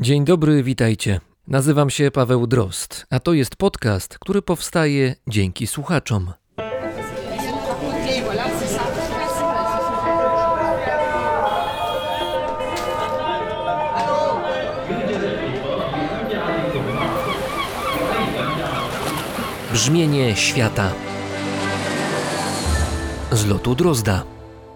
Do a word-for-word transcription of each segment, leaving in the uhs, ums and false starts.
Dzień dobry, witajcie. Nazywam się Paweł Drozd, a to jest podcast, który powstaje dzięki słuchaczom. Brzmienie świata z lotu Drozda.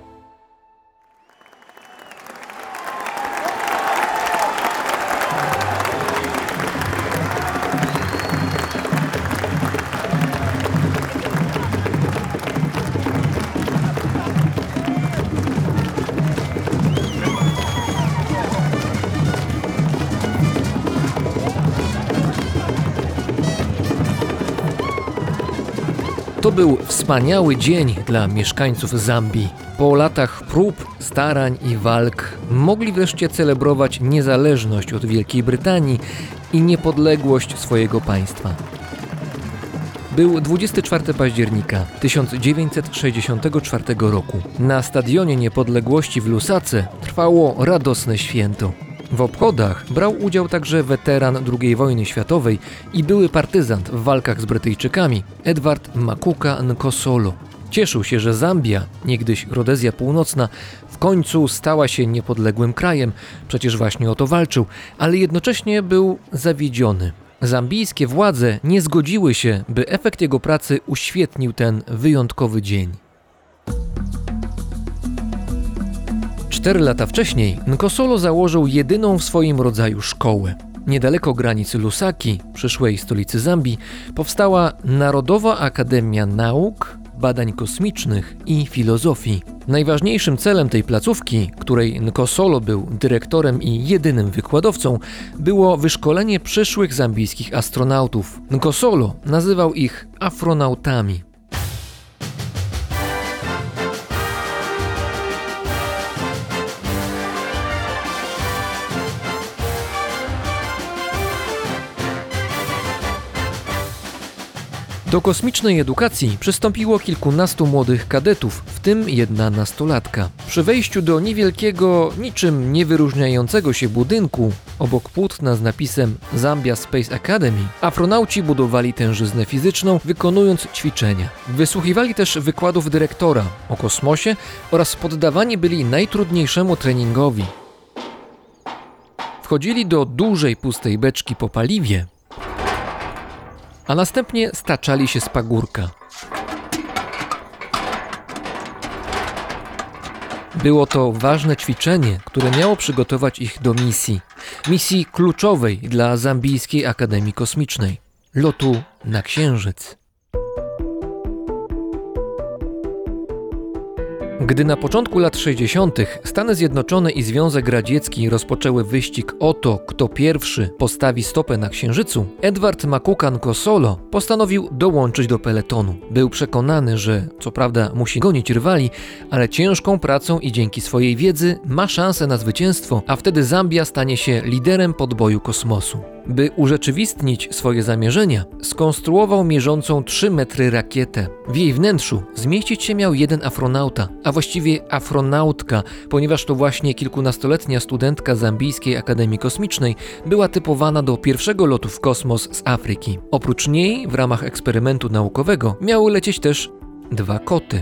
To był wspaniały dzień dla mieszkańców Zambii. Po latach prób, starań i walk mogli wreszcie celebrować niezależność od Wielkiej Brytanii i niepodległość swojego państwa. Był dwudziestego czwartego października tysiąc dziewięćset sześćdziesiątego czwartego roku. Na Stadionie Niepodległości w Lusace trwało radosne święto. W obchodach brał udział także weteran drugiej wojny światowej i były partyzant w walkach z Brytyjczykami Edward Makuka Nkosolo. Cieszył się, że Zambia, niegdyś Rodezja Północna, w końcu stała się niepodległym krajem, przecież właśnie o to walczył, ale jednocześnie był zawiedziony. Zambijskie władze nie zgodziły się, by efekt jego pracy uświetnił ten wyjątkowy dzień. Cztery lata wcześniej Nkosolo założył jedyną w swoim rodzaju szkołę. Niedaleko granicy Lusaki, przyszłej stolicy Zambii, powstała Narodowa Akademia Nauk, Badań Kosmicznych i Filozofii. Najważniejszym celem tej placówki, której Nkosolo był dyrektorem i jedynym wykładowcą, było wyszkolenie przyszłych zambijskich astronautów. Nkosolo nazywał ich afronautami. Do kosmicznej edukacji przystąpiło kilkunastu młodych kadetów, w tym jedna nastolatka. Przy wejściu do niewielkiego, niczym nie wyróżniającego się budynku, obok płótna z napisem Zambia Space Academy, afronauci budowali tężyznę fizyczną, wykonując ćwiczenia. Wysłuchiwali też wykładów dyrektora o kosmosie oraz poddawani byli najtrudniejszemu treningowi. Wchodzili do dużej pustej beczki po paliwie, a następnie staczali się z pagórka. Było to ważne ćwiczenie, które miało przygotować ich do misji. Misji kluczowej dla Zambijskiej Akademii Kosmicznej – lotu na Księżyc. Gdy na początku lat sześćdziesiątych Stany Zjednoczone i Związek Radziecki rozpoczęły wyścig o to, kto pierwszy postawi stopę na Księżycu, Edward Makuka Nkosolo postanowił dołączyć do peletonu. Był przekonany, że co prawda musi gonić rywali, ale ciężką pracą i dzięki swojej wiedzy ma szansę na zwycięstwo, a wtedy Zambia stanie się liderem podboju kosmosu. By urzeczywistnić swoje zamierzenia, skonstruował mierzącą trzy metry rakietę. W jej wnętrzu zmieścić się miał jeden afronauta, a właściwie afronautka, ponieważ to właśnie kilkunastoletnia studentka Zambijskiej Akademii Kosmicznej była typowana do pierwszego lotu w kosmos z Afryki. Oprócz niej, w ramach eksperymentu naukowego, miały lecieć też dwa koty.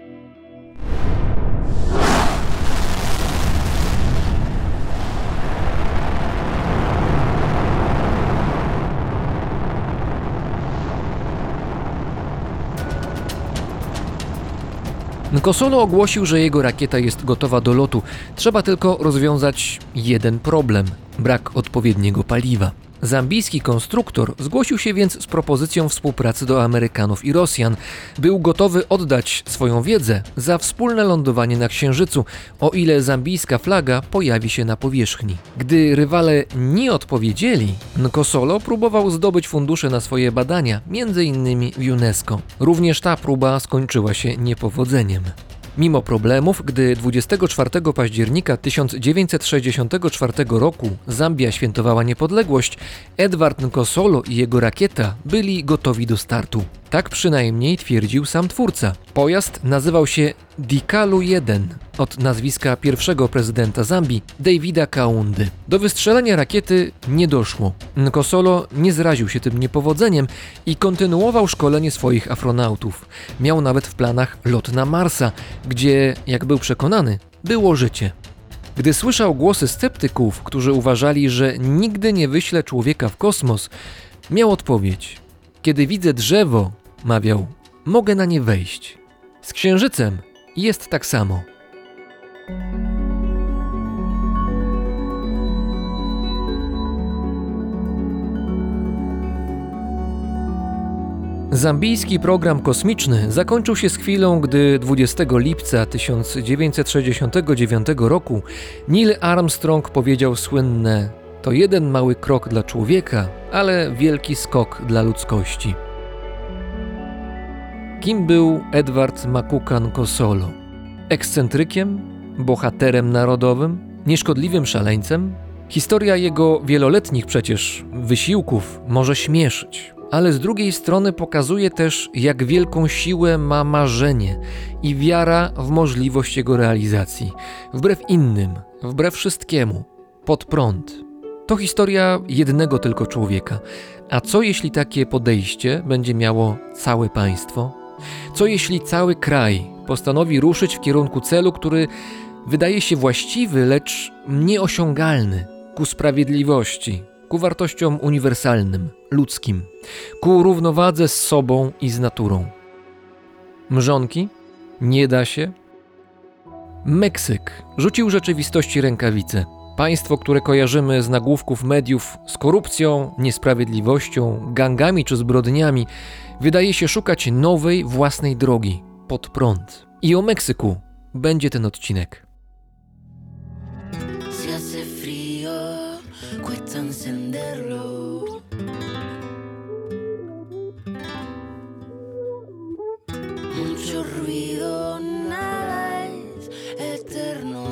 Nkosolo ogłosił, że jego rakieta jest gotowa do lotu. Trzeba tylko rozwiązać jeden problem – brak odpowiedniego paliwa. Zambijski konstruktor zgłosił się więc z propozycją współpracy do Amerykanów i Rosjan. Był gotowy oddać swoją wiedzę za wspólne lądowanie na Księżycu, o ile zambijska flaga pojawi się na powierzchni. Gdy rywale nie odpowiedzieli, Nkosolo próbował zdobyć fundusze na swoje badania, między innymi w UNESCO. Również ta próba skończyła się niepowodzeniem. Mimo problemów, gdy dwudziestego czwartego października tysiąc dziewięćset sześćdziesiątego czwartego roku Zambia świętowała niepodległość, Edward Nkosolo i jego rakieta byli gotowi do startu. Tak przynajmniej twierdził sam twórca. Pojazd nazywał się Dikalu jeden od nazwiska pierwszego prezydenta Zambii, Davida Kaundy. Do wystrzelenia rakiety nie doszło. Nkosolo nie zraził się tym niepowodzeniem i kontynuował szkolenie swoich afronautów. Miał nawet w planach lot na Marsa, gdzie, jak był przekonany, było życie. Gdy słyszał głosy sceptyków, którzy uważali, że nigdy nie wyśle człowieka w kosmos, miał odpowiedź. Kiedy widzę drzewo, mawiał, mogę na nie wejść. Z Księżycem jest tak samo. Zambijski program kosmiczny zakończył się z chwilą, gdy dwudziestego lipca tysiąc dziewięćset sześćdziesiątego dziewiątego roku Neil Armstrong powiedział słynne: to jeden mały krok dla człowieka, ale wielki skok dla ludzkości. Kim był Edward Makuka Nkosolo? Ekscentrykiem? Bohaterem narodowym? Nieszkodliwym szaleńcem? Historia jego wieloletnich przecież wysiłków może śmieszyć, ale z drugiej strony pokazuje też, jak wielką siłę ma marzenie i wiara w możliwość jego realizacji. Wbrew innym, wbrew wszystkiemu, pod prąd. To historia jednego tylko człowieka. A co jeśli takie podejście będzie miało całe państwo? Co jeśli cały kraj postanowi ruszyć w kierunku celu, który wydaje się właściwy, lecz nieosiągalny, ku sprawiedliwości, ku wartościom uniwersalnym, ludzkim, ku równowadze z sobą i z naturą? Mrzonki? Nie da się? Meksyk rzucił rzeczywistości rękawice. Państwo, które kojarzymy z nagłówków mediów z korupcją, niesprawiedliwością, gangami czy zbrodniami, wydaje się szukać nowej, własnej drogi, pod prąd. I o Meksyku będzie ten odcinek. Si hace frío, cuesta encenderlo. Mucho ruido, nada es eterno.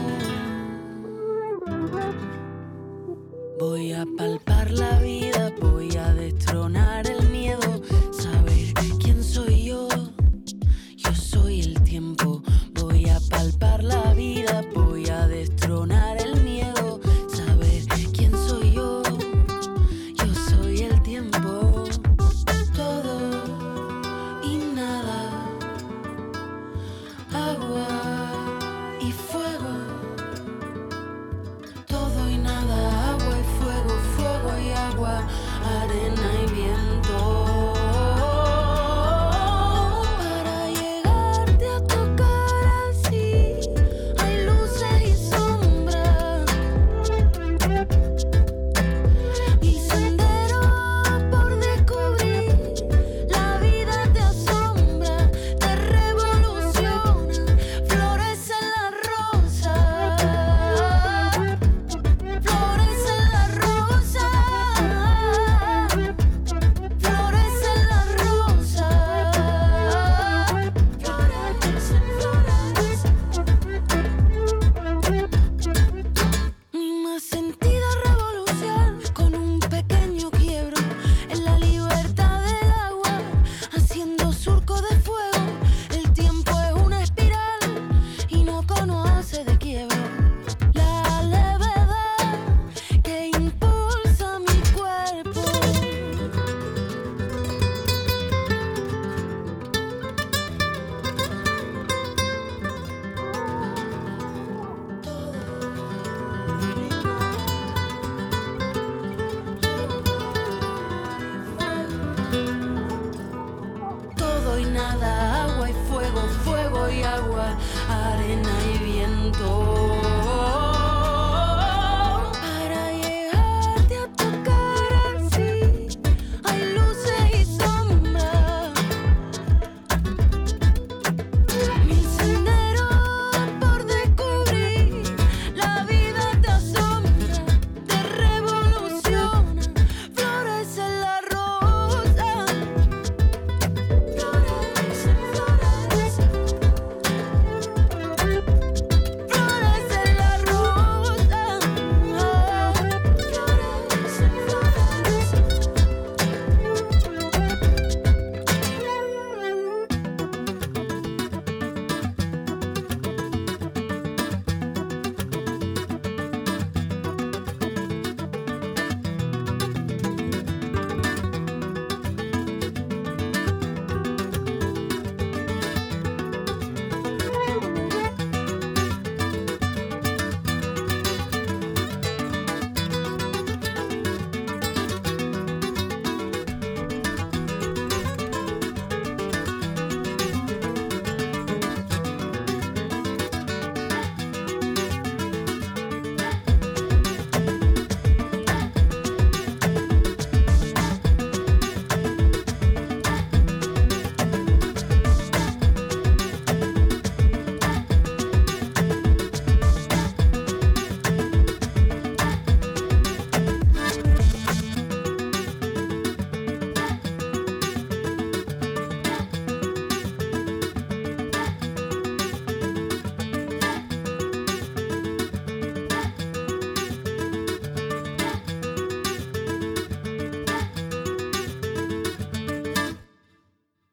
Voy a palpar la vida, voy a destronar el miedo, saber quién soy yo, yo soy el tiempo. Voy a palpar la vida, voy a destronar el miedo, saber quién soy yo, yo soy el tiempo. Todo y nada, agua y fuego. Todo y nada, agua y fuego, fuego y agua, arena y viento.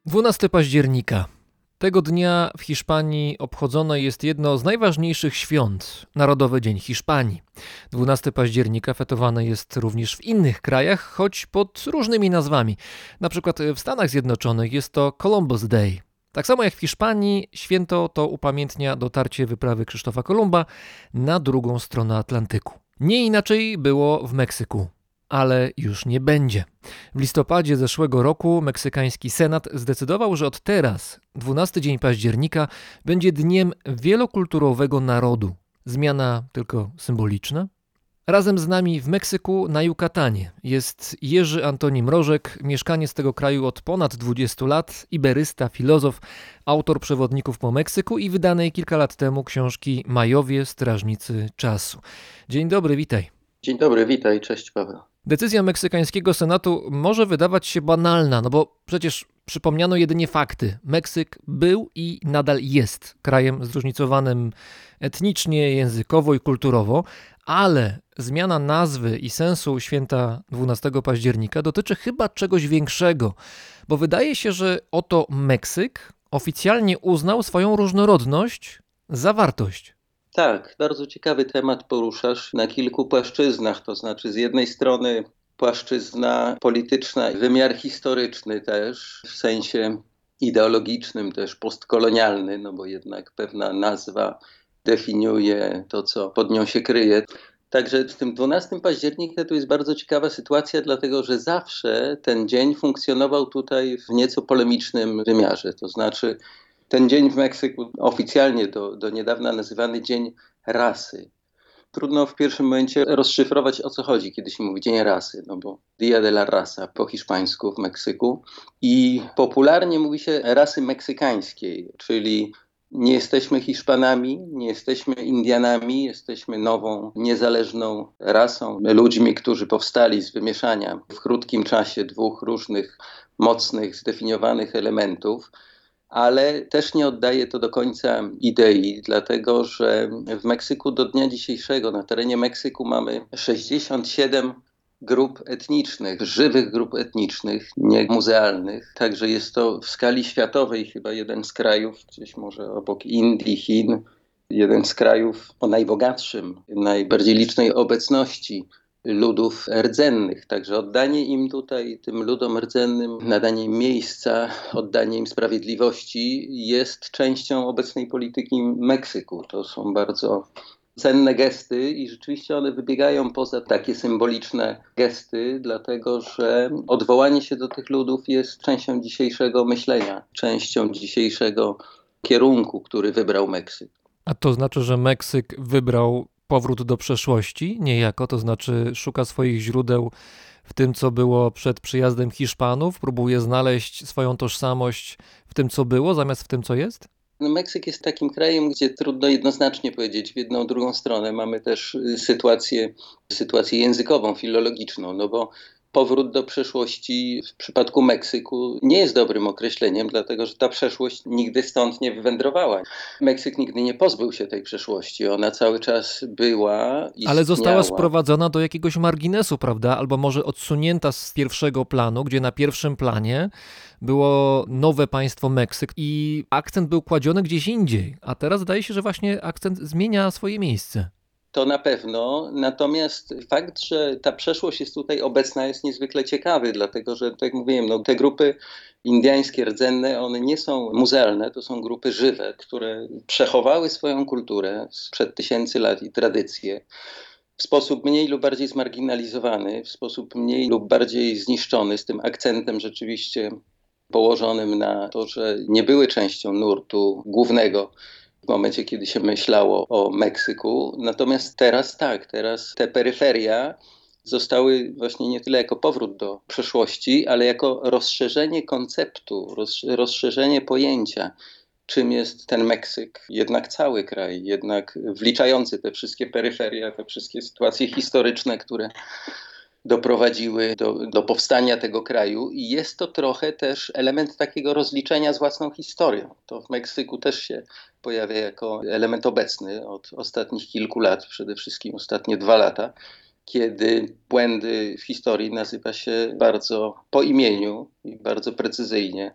dwunastego października. Tego dnia w Hiszpanii obchodzone jest jedno z najważniejszych świąt, Narodowy Dzień Hiszpanii. dwunastego października fetowane jest również w innych krajach, choć pod różnymi nazwami. Na przykład w Stanach Zjednoczonych jest to Columbus Day. Tak samo jak w Hiszpanii, święto to upamiętnia dotarcie wyprawy Krzysztofa Kolumba na drugą stronę Atlantyku. Nie inaczej było w Meksyku. Ale już nie będzie. W listopadzie zeszłego roku meksykański Senat zdecydował, że od teraz, dwunastego dzień października, będzie dniem wielokulturowego narodu. Zmiana tylko symboliczna? Razem z nami w Meksyku na Jukatanie jest Jerzy Antoni Mrożek, mieszkaniec tego kraju od ponad dwudziestu lat, iberysta, filozof, autor przewodników po Meksyku i wydanej kilka lat temu książki Majowie, Strażnicy Czasu. Dzień dobry, witaj. Dzień dobry, witaj, cześć Paweł. Decyzja meksykańskiego Senatu może wydawać się banalna, no bo przecież przypomniano jedynie fakty. Meksyk był i nadal jest krajem zróżnicowanym etnicznie, językowo i kulturowo, ale zmiana nazwy i sensu święta dwunastego października dotyczy chyba czegoś większego, bo wydaje się, że oto Meksyk oficjalnie uznał swoją różnorodność za wartość. Tak, bardzo ciekawy temat poruszasz na kilku płaszczyznach, to znaczy z jednej strony płaszczyzna polityczna, wymiar historyczny też, w sensie ideologicznym też, postkolonialny, no bo jednak pewna nazwa definiuje to, co pod nią się kryje. Także w tym dwunastego października to jest bardzo ciekawa sytuacja, dlatego że zawsze ten dzień funkcjonował tutaj w nieco polemicznym wymiarze, to znaczy ten dzień w Meksyku oficjalnie do, do niedawna nazywany Dzień Rasy. Trudno w pierwszym momencie rozszyfrować, o co chodzi, kiedy się mówi Dzień Rasy, no bo Día de la Raza po hiszpańsku w Meksyku. I popularnie mówi się rasy meksykańskiej, czyli nie jesteśmy Hiszpanami, nie jesteśmy Indianami, jesteśmy nową, niezależną rasą, ludźmi, którzy powstali z wymieszania w krótkim czasie dwóch różnych, mocnych, zdefiniowanych elementów. Ale też nie oddaje to do końca idei, dlatego że w Meksyku do dnia dzisiejszego, na terenie Meksyku mamy sześćdziesiąt siedem grup etnicznych, żywych grup etnicznych, nie muzealnych. Także jest to w skali światowej chyba jeden z krajów, gdzieś może obok Indii, Chin, jeden z krajów o najbogatszym, najbardziej licznej obecności ludów rdzennych. Także oddanie im tutaj, tym ludom rdzennym, nadanie im miejsca, oddanie im sprawiedliwości jest częścią obecnej polityki Meksyku. To są bardzo cenne gesty i rzeczywiście one wybiegają poza takie symboliczne gesty, dlatego że odwołanie się do tych ludów jest częścią dzisiejszego myślenia, częścią dzisiejszego kierunku, który wybrał Meksyk. A to znaczy, że Meksyk wybrał powrót do przeszłości niejako, to znaczy szuka swoich źródeł w tym, co było przed przyjazdem Hiszpanów, próbuje znaleźć swoją tożsamość w tym, co było, zamiast w tym, co jest? No, Meksyk jest takim krajem, gdzie trudno jednoznacznie powiedzieć w jedną, drugą stronę. Mamy też sytuację, sytuację językową, filologiczną, no bo powrót do przeszłości w przypadku Meksyku nie jest dobrym określeniem, dlatego że ta przeszłość nigdy stąd nie wywędrowała. Meksyk nigdy nie pozbył się tej przeszłości, ona cały czas była, istniała. Ale została sprowadzona do jakiegoś marginesu, prawda? Albo może odsunięta z pierwszego planu, gdzie na pierwszym planie było nowe państwo Meksyk i akcent był kładziony gdzieś indziej, a teraz zdaje się, że właśnie akcent zmienia swoje miejsce. To na pewno, natomiast fakt, że ta przeszłość jest tutaj obecna, jest niezwykle ciekawy, dlatego że, tak jak mówiłem, no, te grupy indyjskie, rdzenne, one nie są muzealne, to są grupy żywe, które przechowały swoją kulturę sprzed tysięcy lat i tradycje w sposób mniej lub bardziej zmarginalizowany, w sposób mniej lub bardziej zniszczony, z tym akcentem rzeczywiście położonym na to, że nie były częścią nurtu głównego, w momencie, kiedy się myślało o Meksyku. Natomiast teraz tak, teraz te peryferia zostały właśnie nie tyle jako powrót do przeszłości, ale jako rozszerzenie konceptu, rozszerzenie pojęcia, czym jest ten Meksyk. Jednak cały kraj, jednak wliczający te wszystkie peryferia, te wszystkie sytuacje historyczne, które doprowadziły do, do powstania tego kraju i jest to trochę też element takiego rozliczenia z własną historią. To w Meksyku też się pojawia jako element obecny od ostatnich kilku lat, przede wszystkim ostatnie dwa lata, kiedy błędy w historii nazywa się bardzo po imieniu i bardzo precyzyjnie.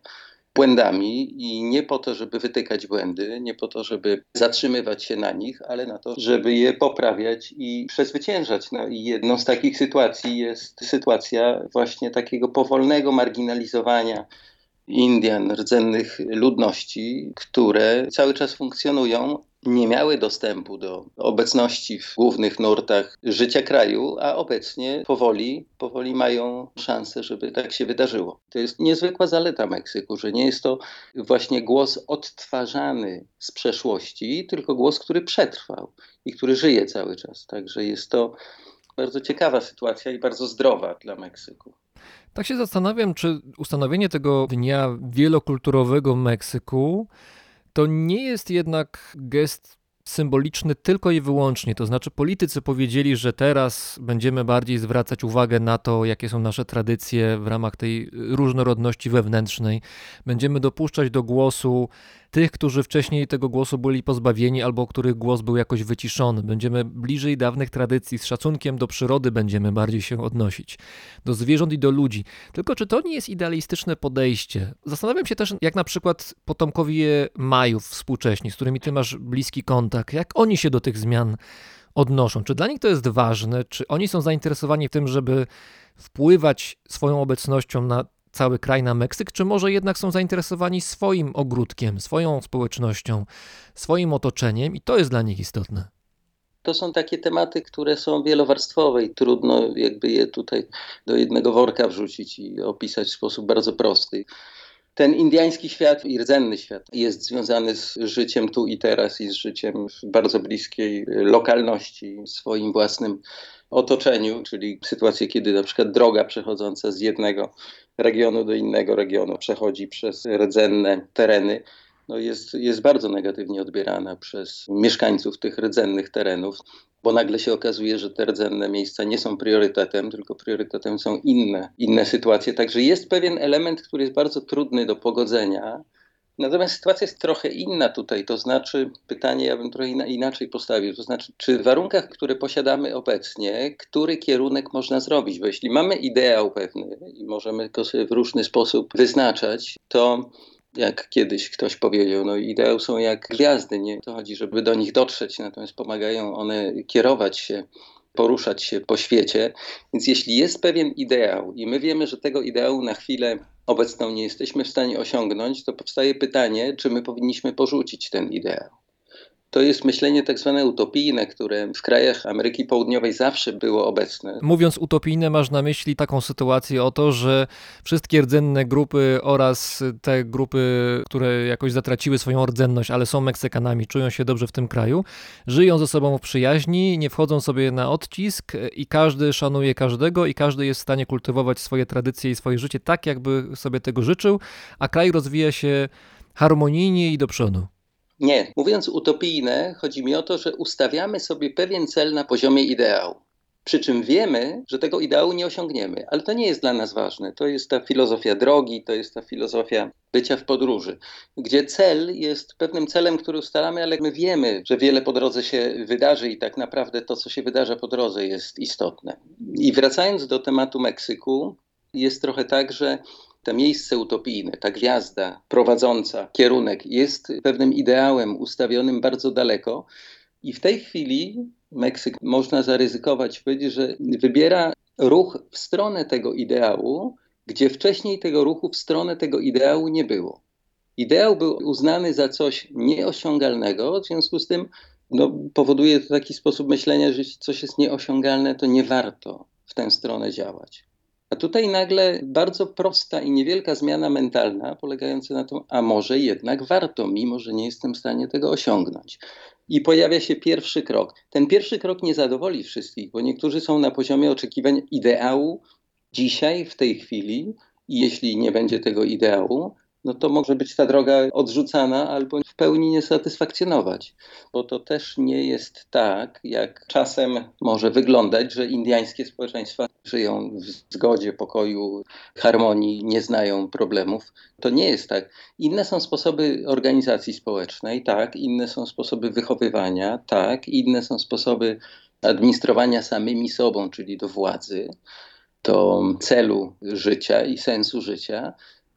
błędami i nie po to, żeby wytykać błędy, nie po to, żeby zatrzymywać się na nich, ale na to, żeby je poprawiać i przezwyciężać. No i jedną z takich sytuacji jest sytuacja właśnie takiego powolnego marginalizowania Indian, rdzennych ludności, które cały czas funkcjonują, nie miały dostępu do obecności w głównych nurtach życia kraju, a obecnie powoli, powoli mają szansę, żeby tak się wydarzyło. To jest niezwykła zaleta Meksyku, że nie jest to właśnie głos odtwarzany z przeszłości, tylko głos, który przetrwał i który żyje cały czas. Także jest to bardzo ciekawa sytuacja i bardzo zdrowa dla Meksyku. Tak się zastanawiam, czy ustanowienie tego dnia wielokulturowego Meksyku to nie jest jednak gest symboliczny tylko i wyłącznie. To znaczy politycy powiedzieli, że teraz będziemy bardziej zwracać uwagę na to, jakie są nasze tradycje w ramach tej różnorodności wewnętrznej. Będziemy dopuszczać do głosu tych, którzy wcześniej tego głosu byli pozbawieni albo których głos był jakoś wyciszony. Będziemy bliżej dawnych tradycji, z szacunkiem do przyrody będziemy bardziej się odnosić, do zwierząt i do ludzi. Tylko czy to nie jest idealistyczne podejście? Zastanawiam się też, jak na przykład potomkowie Majów współcześni, z którymi ty masz bliski kontakt, jak oni się do tych zmian odnoszą. Czy dla nich to jest ważne? Czy oni są zainteresowani tym, żeby wpływać swoją obecnością na cały kraj, na Meksyk, czy może jednak są zainteresowani swoim ogródkiem, swoją społecznością, swoim otoczeniem i to jest dla nich istotne? To są takie tematy, które są wielowarstwowe i trudno jakby je tutaj do jednego worka wrzucić i opisać w sposób bardzo prosty. Ten indyjski świat i rdzenny świat jest związany z życiem tu i teraz i z życiem w bardzo bliskiej lokalności, swoim własnym otoczeniu, czyli sytuacje, kiedy na przykład droga przechodząca z jednego regionu do innego regionu przechodzi przez rdzenne tereny, no jest, jest bardzo negatywnie odbierana przez mieszkańców tych rdzennych terenów, bo nagle się okazuje, że te rdzenne miejsca nie są priorytetem, tylko priorytetem są inne, inne sytuacje. Także jest pewien element, który jest bardzo trudny do pogodzenia. Natomiast sytuacja jest trochę inna tutaj, to znaczy pytanie ja bym trochę inaczej postawił, to znaczy czy w warunkach, które posiadamy obecnie, który kierunek można zrobić, bo jeśli mamy ideał pewny i możemy go sobie w różny sposób wyznaczać, to jak kiedyś ktoś powiedział, no ideały są jak gwiazdy, nie to chodzi, żeby do nich dotrzeć, natomiast pomagają one kierować się, poruszać się po świecie. Więc jeśli jest pewien ideał i my wiemy, że tego ideału na chwilę obecną nie jesteśmy w stanie osiągnąć, to powstaje pytanie, czy my powinniśmy porzucić ten ideał. To jest myślenie tak zwane utopijne, które w krajach Ameryki Południowej zawsze było obecne. Mówiąc utopijne, masz na myśli taką sytuację o to, że wszystkie rdzenne grupy oraz te grupy, które jakoś zatraciły swoją rdzenność, ale są Meksykanami, czują się dobrze w tym kraju, żyją ze sobą w przyjaźni, nie wchodzą sobie na odcisk i każdy szanuje każdego i każdy jest w stanie kultywować swoje tradycje i swoje życie tak, jakby sobie tego życzył, a kraj rozwija się harmonijnie i do przodu. Nie. Mówiąc utopijne, chodzi mi o to, że ustawiamy sobie pewien cel na poziomie ideału. Przy czym wiemy, że tego ideału nie osiągniemy, ale to nie jest dla nas ważne. To jest ta filozofia drogi, to jest ta filozofia bycia w podróży, gdzie cel jest pewnym celem, który ustalamy, ale my wiemy, że wiele po drodze się wydarzy i tak naprawdę to, co się wydarza po drodze, jest istotne. I wracając do tematu Meksyku, jest trochę tak, że to miejsce utopijne, ta gwiazda prowadząca kierunek jest pewnym ideałem ustawionym bardzo daleko i w tej chwili Meksyk, można zaryzykować powiedzieć, że wybiera ruch w stronę tego ideału, gdzie wcześniej tego ruchu w stronę tego ideału nie było. Ideał był uznany za coś nieosiągalnego, w związku z tym no, powoduje to taki sposób myślenia, że jeśli coś jest nieosiągalne, to nie warto w tę stronę działać. A tutaj nagle bardzo prosta i niewielka zmiana mentalna polegająca na tym, a może jednak warto, mimo że nie jestem w stanie tego osiągnąć. I pojawia się pierwszy krok. Ten pierwszy krok nie zadowoli wszystkich, bo niektórzy są na poziomie oczekiwań ideału dzisiaj, w tej chwili i jeśli nie będzie tego ideału, no to może być ta droga odrzucana albo w pełni nie satysfakcjonować. Bo to też nie jest tak, jak czasem może wyglądać, że indyjskie społeczeństwa żyją w zgodzie, pokoju, harmonii, nie znają problemów. To nie jest tak. Inne są sposoby organizacji społecznej, tak, inne są sposoby wychowywania, tak, inne są sposoby administrowania samymi sobą, czyli do władzy, do celu życia i sensu życia.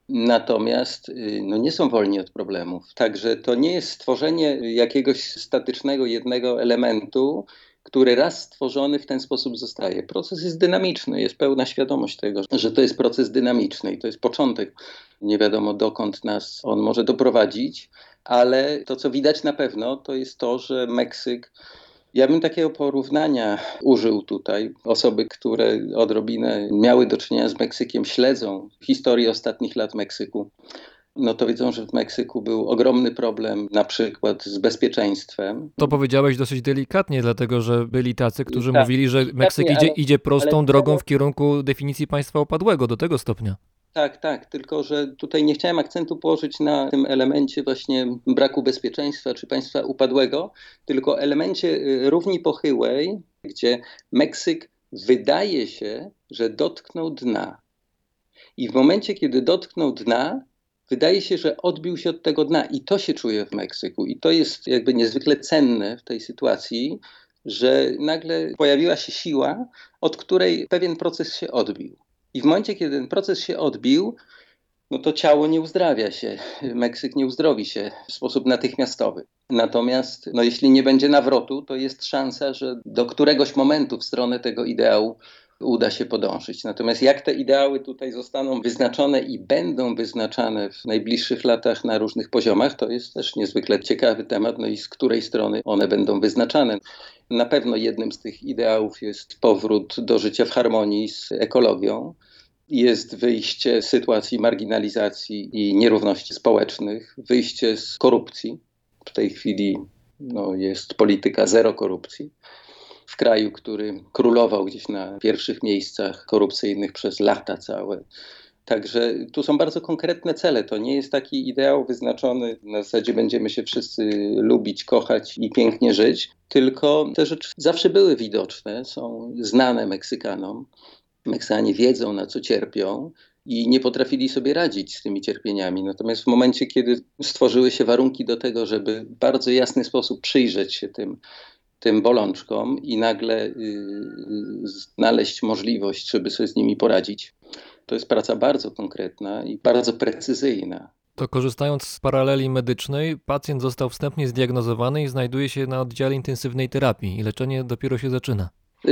Natomiast y, no nie są wolni od problemów. Także to nie jest stworzenie jakiegoś statycznego jednego elementu, który raz stworzony w ten sposób zostaje. Proces jest dynamiczny, jest pełna świadomość tego, że to jest proces dynamiczny i to jest początek. Nie wiadomo dokąd nas on może doprowadzić, ale to co widać na pewno to jest to, że Meksyk. Ja bym takiego porównania użył tutaj. Osoby, które odrobinę miały do czynienia z Meksykiem, śledzą historię ostatnich lat Meksyku, no to wiedzą, że w Meksyku był ogromny problem na przykład z bezpieczeństwem. To powiedziałeś dosyć delikatnie, dlatego że byli tacy, którzy Tak, mówili, że Meksyk delikatnie, idzie, ale- idzie prostą ale- drogą w kierunku definicji państwa upadłego, do tego stopnia. Tak, tak, tylko że tutaj nie chciałem akcentu położyć na tym elemencie właśnie braku bezpieczeństwa czy państwa upadłego, tylko elemencie y, równi pochyłej, gdzie Meksyk wydaje się, że dotknął dna. I w momencie, kiedy dotknął dna, wydaje się, że odbił się od tego dna i to się czuje w Meksyku. I to jest jakby niezwykle cenne w tej sytuacji, że nagle pojawiła się siła, od której pewien proces się odbił. I w momencie, kiedy ten proces się odbił, no to ciało nie uzdrawia się, Meksyk nie uzdrowi się w sposób natychmiastowy. Natomiast no, jeśli nie będzie nawrotu, to jest szansa, że do któregoś momentu w stronę tego ideału uda się podążyć. Natomiast jak te ideały tutaj zostaną wyznaczone i będą wyznaczane w najbliższych latach na różnych poziomach, to jest też niezwykle ciekawy temat, no i z której strony one będą wyznaczane. Na pewno jednym z tych ideałów jest powrót do życia w harmonii z ekologią. Jest wyjście z sytuacji marginalizacji i nierówności społecznych, wyjście z korupcji. W tej chwili no, jest polityka zero korupcji. W kraju, który królował gdzieś na pierwszych miejscach korupcyjnych przez lata całe. Także tu są bardzo konkretne cele. To nie jest taki ideał wyznaczony na zasadzie będziemy się wszyscy lubić, kochać i pięknie żyć, tylko te rzeczy zawsze były widoczne, są znane Meksykanom. Meksykanie wiedzą, na co cierpią i nie potrafili sobie radzić z tymi cierpieniami. Natomiast w momencie, kiedy stworzyły się warunki do tego, żeby w bardzo jasny sposób przyjrzeć się tym, tym bolączkom i nagle yy, znaleźć możliwość, żeby sobie z nimi poradzić, to jest praca bardzo konkretna i bardzo precyzyjna. To korzystając z paraleli medycznej, pacjent został wstępnie zdiagnozowany i znajduje się na oddziale intensywnej terapii i leczenie dopiero się zaczyna.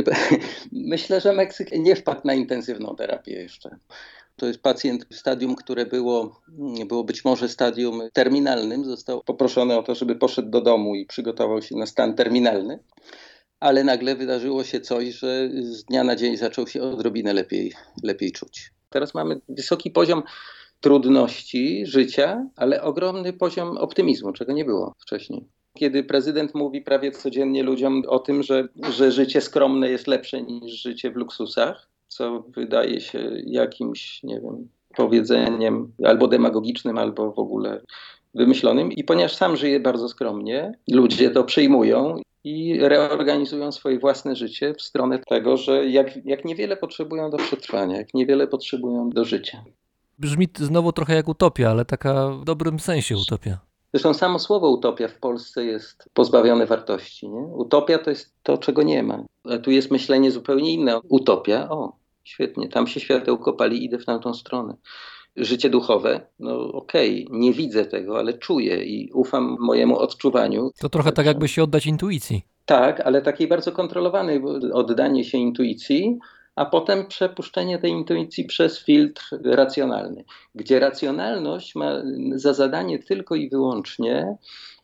Myślę, że Meksyk nie wpadł na intensywną terapię jeszcze. To jest pacjent w stadium, które było, było być może stadium terminalnym. Został poproszony o to, żeby poszedł do domu i przygotował się na stan terminalny. Ale nagle wydarzyło się coś, że z dnia na dzień zaczął się odrobinę lepiej, lepiej czuć. Teraz mamy wysoki poziom trudności życia, ale ogromny poziom optymizmu, czego nie było wcześniej. Kiedy prezydent mówi prawie codziennie ludziom o tym, że, że życie skromne jest lepsze niż życie w luksusach, co wydaje się jakimś, nie wiem, powiedzeniem albo demagogicznym, albo w ogóle wymyślonym. I ponieważ sam żyje bardzo skromnie, ludzie to przyjmują i reorganizują swoje własne życie w stronę tego, że jak, jak niewiele potrzebują do przetrwania, jak niewiele potrzebują do życia. Brzmi znowu trochę jak utopia, ale taka w dobrym sensie utopia. Zresztą samo słowo utopia w Polsce jest pozbawione wartości. Nie? Utopia to jest to, czego nie ma. A tu jest myślenie zupełnie inne. Utopia, o, świetnie, tam się światełko pali, idę w tamtą stronę. Życie duchowe, no okej, okay, nie widzę tego, ale czuję i ufam mojemu odczuwaniu. To trochę tak jakby się oddać intuicji. Tak, ale takiej bardzo kontrolowanej, oddanie się intuicji, a potem przepuszczenie tej intuicji przez filtr racjonalny, gdzie racjonalność ma za zadanie tylko i wyłącznie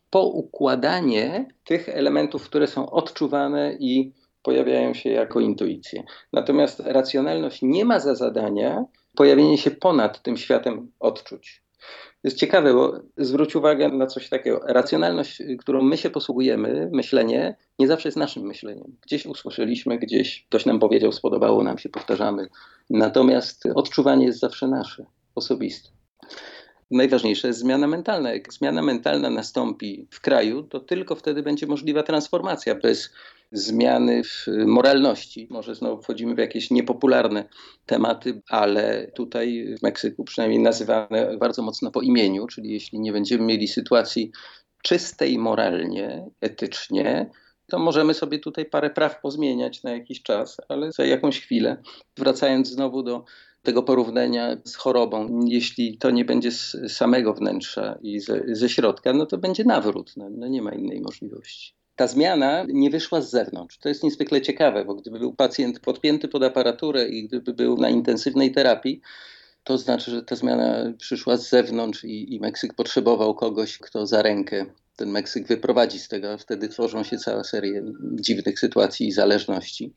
poukładanie tych elementów, które są odczuwane i pojawiają się jako intuicje. Natomiast racjonalność nie ma za zadania pojawienie się ponad tym światem odczuć. To jest ciekawe, bo zwróć uwagę na coś takiego. Racjonalność, którą my się posługujemy, myślenie, nie zawsze jest naszym myśleniem. Gdzieś usłyszeliśmy, gdzieś ktoś nam powiedział, spodobało nam się, powtarzamy. Natomiast odczuwanie jest zawsze nasze, osobiste. Najważniejsza jest zmiana mentalna. Jak zmiana mentalna nastąpi w kraju, to tylko wtedy będzie możliwa transformacja. Bez zmiany w moralności. Może znowu wchodzimy w jakieś niepopularne tematy, ale tutaj w Meksyku przynajmniej nazywane bardzo mocno po imieniu, czyli jeśli nie będziemy mieli sytuacji czystej moralnie, etycznie, to możemy sobie tutaj parę praw pozmieniać na jakiś czas, ale za jakąś chwilę, wracając znowu do tego porównania z chorobą. Jeśli to nie będzie z samego wnętrza i ze, ze środka, no to będzie nawrót. No, no nie ma innej możliwości. Ta zmiana nie wyszła z zewnątrz. To jest niezwykle ciekawe, bo gdyby był pacjent podpięty pod aparaturę i gdyby był na intensywnej terapii, to znaczy, że ta zmiana przyszła z zewnątrz i, i Meksyk potrzebował kogoś, kto za rękę ten Meksyk wyprowadzi z tego, a wtedy tworzą się cała seria dziwnych sytuacji i zależności.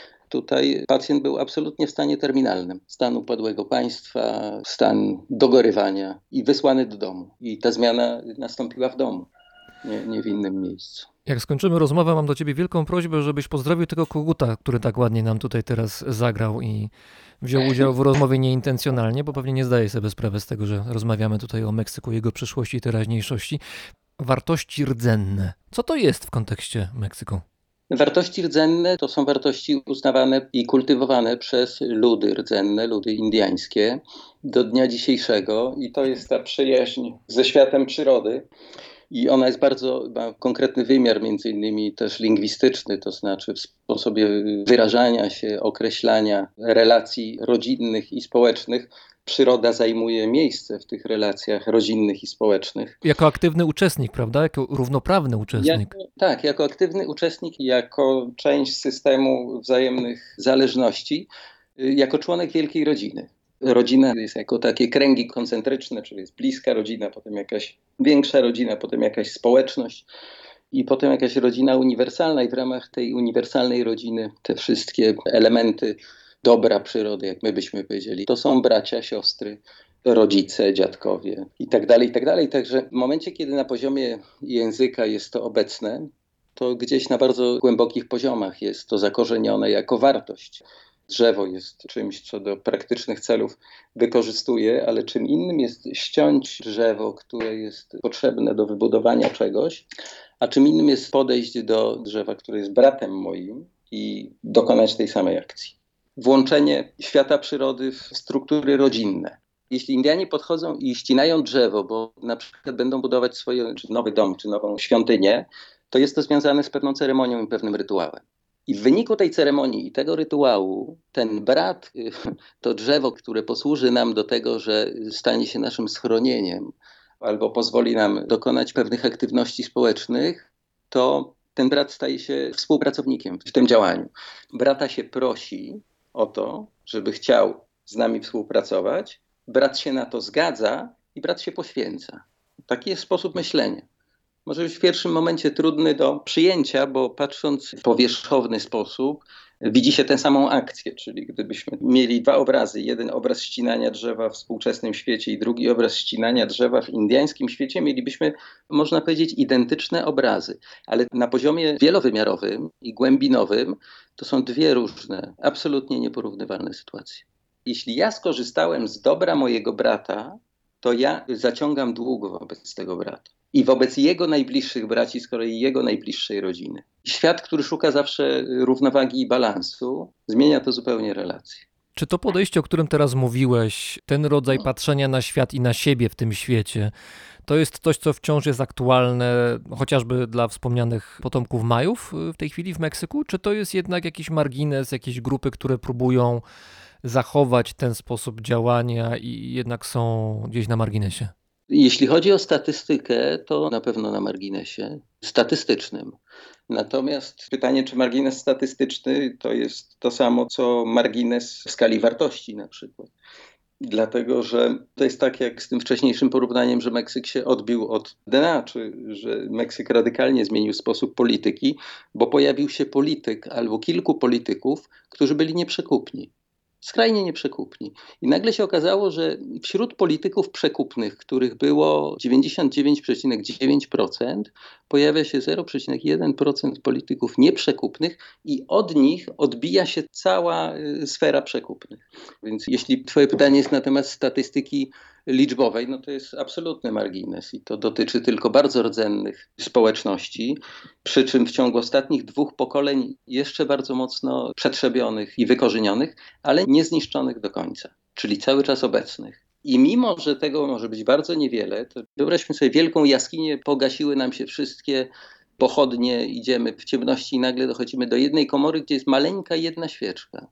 Tutaj pacjent był absolutnie w stanie terminalnym, stan upadłego państwa, stan dogorywania i wysłany do domu. I ta zmiana nastąpiła w domu, nie, nie w innym miejscu. Jak skończymy rozmowę, mam do ciebie wielką prośbę, żebyś pozdrowił tego koguta, który tak ładnie nam tutaj teraz zagrał i wziął udział w rozmowie nieintencjonalnie, bo pewnie nie zdaje sobie sprawy z tego, że rozmawiamy tutaj o Meksyku, jego przyszłości i teraźniejszości. Wartości rdzenne. Co to jest w kontekście Meksyku? Wartości rdzenne to są wartości uznawane i kultywowane przez ludy rdzenne, ludy indyjskie do dnia dzisiejszego i to jest ta przyjaźń ze światem przyrody. I ona jest bardzo, ma konkretny wymiar, między innymi też lingwistyczny, to znaczy w sposobie wyrażania się, określania relacji rodzinnych i społecznych. Przyroda zajmuje miejsce w tych relacjach rodzinnych i społecznych. Jako aktywny uczestnik, prawda? Jako równoprawny uczestnik. Jako, tak, jako aktywny uczestnik, jako część systemu wzajemnych zależności, jako członek wielkiej rodziny. Rodzina jest jako takie kręgi koncentryczne, czyli jest bliska rodzina, potem jakaś większa rodzina, potem jakaś społeczność i potem jakaś rodzina uniwersalna i w ramach tej uniwersalnej rodziny te wszystkie elementy dobra przyrody, jak my byśmy powiedzieli, to są bracia, siostry, rodzice, dziadkowie i tak dalej, i tak dalej. Także w momencie, kiedy na poziomie języka jest to obecne, to gdzieś na bardzo głębokich poziomach jest to zakorzenione jako wartość. Drzewo jest czymś, co do praktycznych celów wykorzystuje, ale czym innym jest ściąć drzewo, które jest potrzebne do wybudowania czegoś, a czym innym jest podejść do drzewa, które jest bratem moim i dokonać tej samej akcji. Włączenie świata przyrody w struktury rodzinne. Jeśli Indianie podchodzą i ścinają drzewo, bo na przykład będą budować swoje czy nowy dom, czy nową świątynię, to jest to związane z pewną ceremonią i pewnym rytuałem. I w wyniku tej ceremonii i tego rytuału ten brat, to drzewo, które posłuży nam do tego, że stanie się naszym schronieniem albo pozwoli nam dokonać pewnych aktywności społecznych, to ten brat staje się współpracownikiem w tym działaniu. Brata się prosi o to, żeby chciał z nami współpracować, brat się na to zgadza i brat się poświęca. Taki jest sposób myślenia. Może być w pierwszym momencie trudny do przyjęcia, bo patrząc w powierzchowny sposób widzi się tę samą akcję, czyli gdybyśmy mieli dwa obrazy, jeden obraz ścinania drzewa w współczesnym świecie i drugi obraz ścinania drzewa w indyjskim świecie, mielibyśmy, można powiedzieć, identyczne obrazy, ale na poziomie wielowymiarowym i głębinowym to są dwie różne, absolutnie nieporównywalne sytuacje. Jeśli ja skorzystałem z dobra mojego brata, to ja zaciągam dług wobec tego brata. I wobec jego najbliższych braci, z kolei jego najbliższej rodziny. Świat, który szuka zawsze równowagi i balansu, zmienia to zupełnie relacje. Czy to podejście, o którym teraz mówiłeś, ten rodzaj patrzenia na świat i na siebie w tym świecie, to jest coś, co wciąż jest aktualne chociażby dla wspomnianych potomków Majów w tej chwili w Meksyku? Czy to jest jednak jakiś margines, jakieś grupy, które próbują zachować ten sposób działania i jednak są gdzieś na marginesie? Jeśli chodzi o statystykę, to na pewno na marginesie statystycznym. Natomiast pytanie, czy margines statystyczny to jest to samo, co margines w skali wartości na przykład. Dlatego, że to jest tak jak z tym wcześniejszym porównaniem, że Meksyk się odbił od D N A, czy że Meksyk radykalnie zmienił sposób polityki, bo pojawił się polityk albo kilku polityków, którzy byli nieprzekupni. Skrajnie nieprzekupni. I nagle się okazało, że wśród polityków przekupnych, których było dziewięćdziesiąt dziewięć przecinek dziewięć procent, pojawia się zero przecinek jeden procent polityków nieprzekupnych i od nich odbija się cała sfera przekupnych. Więc jeśli twoje pytanie jest na temat statystyki liczbowej, no to jest absolutny margines i to dotyczy tylko bardzo rdzennych społeczności, przy czym w ciągu ostatnich dwóch pokoleń jeszcze bardzo mocno przetrzebionych i wykorzenionych, ale nie zniszczonych do końca, czyli cały czas obecnych. I mimo, że tego może być bardzo niewiele, to wyobraźmy sobie wielką jaskinię, pogasiły nam się wszystkie pochodnie, idziemy w ciemności i nagle dochodzimy do jednej komory, gdzie jest maleńka jedna świeczka.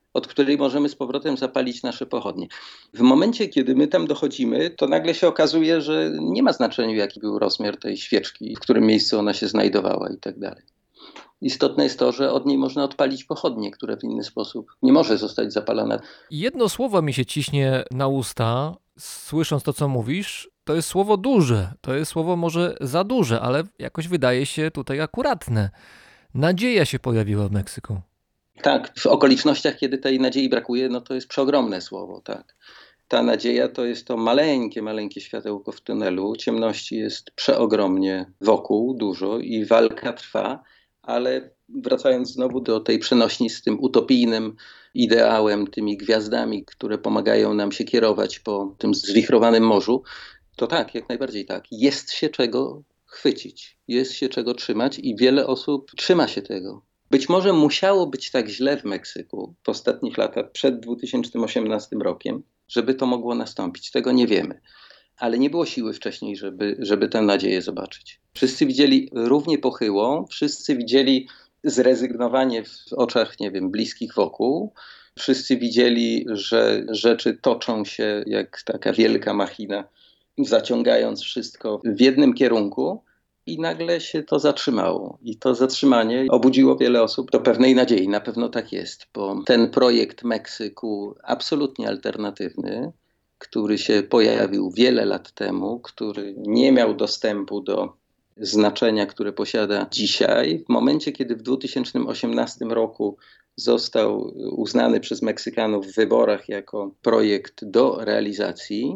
od której możemy z powrotem zapalić nasze pochodnie. W momencie, kiedy my tam dochodzimy, to nagle się okazuje, że nie ma znaczenia, jaki był rozmiar tej świeczki, w którym miejscu ona się znajdowała i tak dalej. Istotne jest to, że od niej można odpalić pochodnie, które w inny sposób nie może zostać zapalone. Jedno słowo mi się ciśnie na usta, słysząc to, co mówisz, to jest słowo duże. To jest słowo może za duże, ale jakoś wydaje się tutaj akuratne. Nadzieja się pojawiła w Meksyku. Tak, w okolicznościach, kiedy tej nadziei brakuje, no to jest przeogromne słowo, tak. Ta nadzieja to jest to maleńkie, maleńkie światełko w tunelu. Ciemności jest przeogromnie wokół, dużo i walka trwa, ale wracając znowu do tej przenośni z tym utopijnym ideałem, tymi gwiazdami, które pomagają nam się kierować po tym zwichrowanym morzu, to tak, jak najbardziej tak. Jest się czego chwycić, jest się czego trzymać i wiele osób trzyma się tego. Być może musiało być tak źle w Meksyku w ostatnich latach, przed dwutysięcznym osiemnastym rokiem, żeby to mogło nastąpić. Tego nie wiemy. Ale nie było siły wcześniej, żeby, żeby tę nadzieję zobaczyć. Wszyscy widzieli równie pochyłą, wszyscy widzieli zrezygnowanie w oczach, nie wiem, bliskich wokół. Wszyscy widzieli, że rzeczy toczą się jak taka wielka machina, zaciągając wszystko w jednym kierunku. I nagle się to zatrzymało. I to zatrzymanie obudziło wiele osób do pewnej nadziei. Na pewno tak jest, bo ten projekt Meksyku absolutnie alternatywny, który się pojawił wiele lat temu, który nie miał dostępu do znaczenia, które posiada dzisiaj, w momencie, kiedy w dwutysięcznym osiemnastym roku został uznany przez Meksykanów w wyborach jako projekt do realizacji,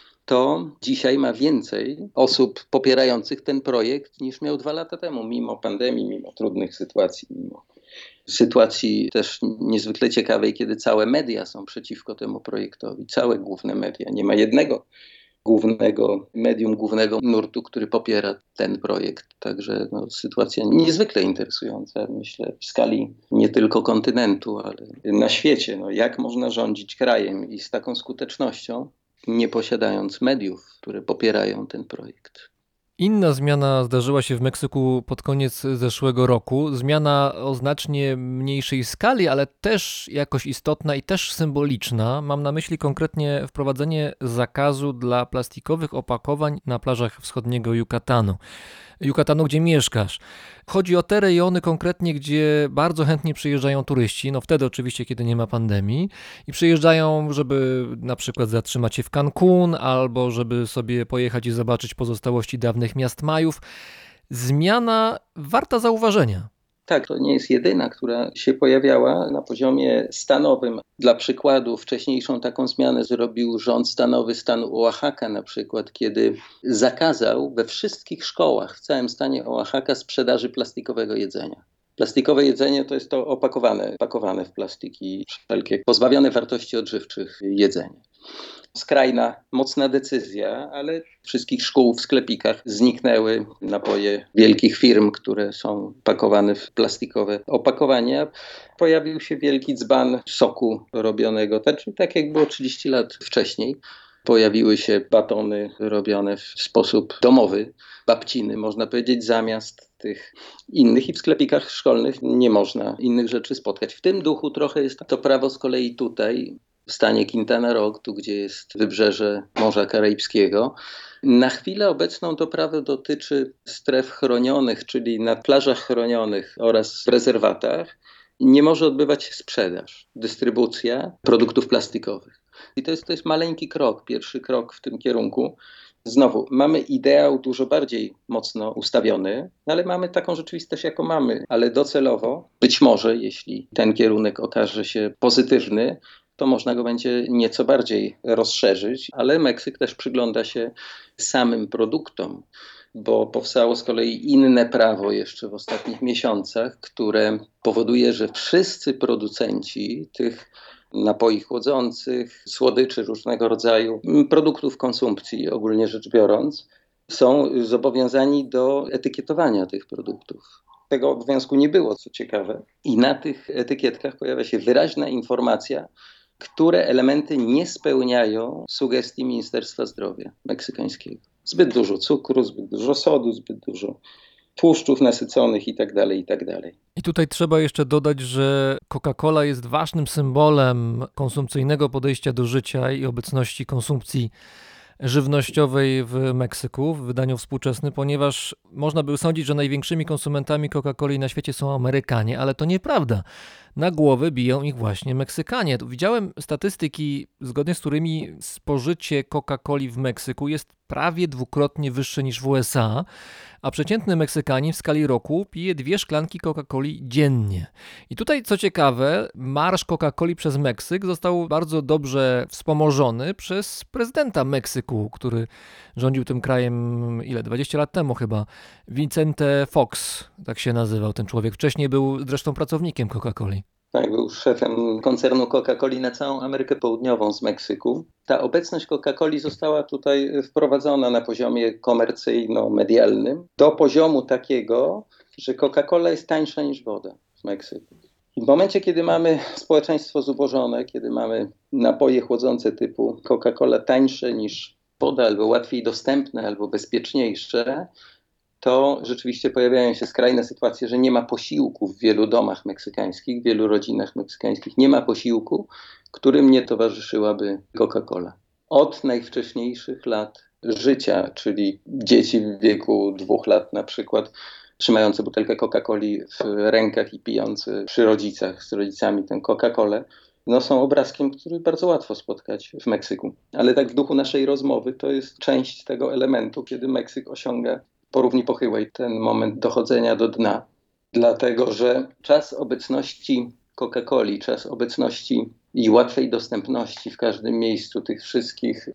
to dzisiaj ma więcej osób popierających ten projekt niż miał dwa lata temu, mimo pandemii, mimo trudnych sytuacji, mimo sytuacji też niezwykle ciekawej, kiedy całe media są przeciwko temu projektowi, całe główne media. Nie ma jednego głównego medium, głównego nurtu, który popiera ten projekt. Także no, sytuacja niezwykle interesująca, myślę, w skali nie tylko kontynentu, ale na świecie. No, jak można rządzić krajem i z taką skutecznością, nie posiadając mediów, które popierają ten projekt. Inna zmiana zdarzyła się w Meksyku pod koniec zeszłego roku. Zmiana o znacznie mniejszej skali, ale też jakoś istotna i też symboliczna. Mam na myśli konkretnie wprowadzenie zakazu dla plastikowych opakowań na plażach wschodniego Yucatanu. Yucatanu, gdzie mieszkasz. Chodzi o te rejony konkretnie, gdzie bardzo chętnie przyjeżdżają turyści, no wtedy oczywiście, kiedy nie ma pandemii i przyjeżdżają, żeby na przykład zatrzymać się w Cancun albo żeby sobie pojechać i zobaczyć pozostałości dawnych miast Majów. Zmiana warta zauważenia. Tak, to nie jest jedyna, która się pojawiała na poziomie stanowym. Dla przykładu wcześniejszą taką zmianę zrobił rząd stanowy stanu Oaxaca na przykład, kiedy zakazał we wszystkich szkołach w całym stanie Oaxaca sprzedaży plastikowego jedzenia. Plastikowe jedzenie to jest to opakowane, pakowane w plastiki wszelkie, pozbawione wartości odżywczych jedzenie. Skrajna, mocna decyzja, ale wszystkich szkół w sklepikach zniknęły napoje wielkich firm, które są pakowane w plastikowe opakowania. Pojawił się wielki dzban soku robionego, tak, tak jak było trzydzieści lat wcześniej. Pojawiły się batony robione w sposób domowy, babciny, można powiedzieć, zamiast tych innych i w sklepikach szkolnych nie można innych rzeczy spotkać. W tym duchu trochę jest to prawo z kolei tutaj, w stanie Quintana Roo, tu gdzie jest wybrzeże Morza Karaibskiego. Na chwilę obecną to prawo dotyczy stref chronionych, czyli na plażach chronionych oraz w rezerwatach nie może odbywać się sprzedaż, dystrybucja produktów plastikowych. I to jest, to jest maleńki krok, pierwszy krok w tym kierunku. Znowu, mamy ideał dużo bardziej mocno ustawiony, ale mamy taką rzeczywistość, jaką mamy, ale docelowo, być może, jeśli ten kierunek okaże się pozytywny, to można go będzie nieco bardziej rozszerzyć, ale Meksyk też przygląda się samym produktom, bo powstało z kolei inne prawo jeszcze w ostatnich miesiącach, które powoduje, że wszyscy producenci tych napoi chłodzących, słodyczy różnego rodzaju, produktów konsumpcji ogólnie rzecz biorąc, są zobowiązani do etykietowania tych produktów. Tego obowiązku nie było, co ciekawe. I na tych etykietkach pojawia się wyraźna informacja, które elementy nie spełniają sugestii Ministerstwa Zdrowia meksykańskiego. Zbyt dużo cukru, zbyt dużo sodu, zbyt dużo tłuszczów nasyconych i tak dalej, i tak dalej. I tutaj trzeba jeszcze dodać, że Coca-Cola jest ważnym symbolem konsumpcyjnego podejścia do życia i obecności konsumpcji żywnościowej w Meksyku w wydaniu współczesnym, ponieważ można by sądzić, że największymi konsumentami Coca-Coli na świecie są Amerykanie, ale to nieprawda. Na głowę biją ich właśnie Meksykanie. Widziałem statystyki, zgodnie z którymi spożycie Coca-Coli w Meksyku jest prawie dwukrotnie wyższe niż w U S A, a przeciętny Meksykanin w skali roku pije dwie szklanki Coca-Coli dziennie. I tutaj, co ciekawe, marsz Coca-Coli przez Meksyk został bardzo dobrze wspomożony przez prezydenta Meksyku, który rządził tym krajem, ile, dwadzieścia lat temu chyba. Vicente Fox, tak się nazywał ten człowiek. Wcześniej był zresztą pracownikiem Coca-Coli. Tak, był szefem koncernu Coca-Coli na całą Amerykę Południową z Meksyku. Ta obecność Coca-Coli została tutaj wprowadzona na poziomie komercyjno-medialnym do poziomu takiego, że Coca-Cola jest tańsza niż woda w Meksyku. I w momencie, kiedy mamy społeczeństwo zubożone, kiedy mamy napoje chłodzące typu Coca-Cola tańsze niż woda, albo łatwiej dostępne, albo bezpieczniejsze, to rzeczywiście pojawiają się skrajne sytuacje, że nie ma posiłku w wielu domach meksykańskich, w wielu rodzinach meksykańskich. Nie ma posiłku, którym nie towarzyszyłaby Coca-Cola. Od najwcześniejszych lat życia, czyli dzieci w wieku dwóch lat na przykład, trzymające butelkę Coca-Coli w rękach i pijące przy rodzicach, z rodzicami tę Coca-Colę, no są obrazkiem, który bardzo łatwo spotkać w Meksyku. Ale tak w duchu naszej rozmowy to jest część tego elementu, kiedy Meksyk osiąga po równi pochyłej ten moment dochodzenia do dna. Dlatego, że czas obecności Coca-Coli, czas obecności i łatwej dostępności w każdym miejscu tych wszystkich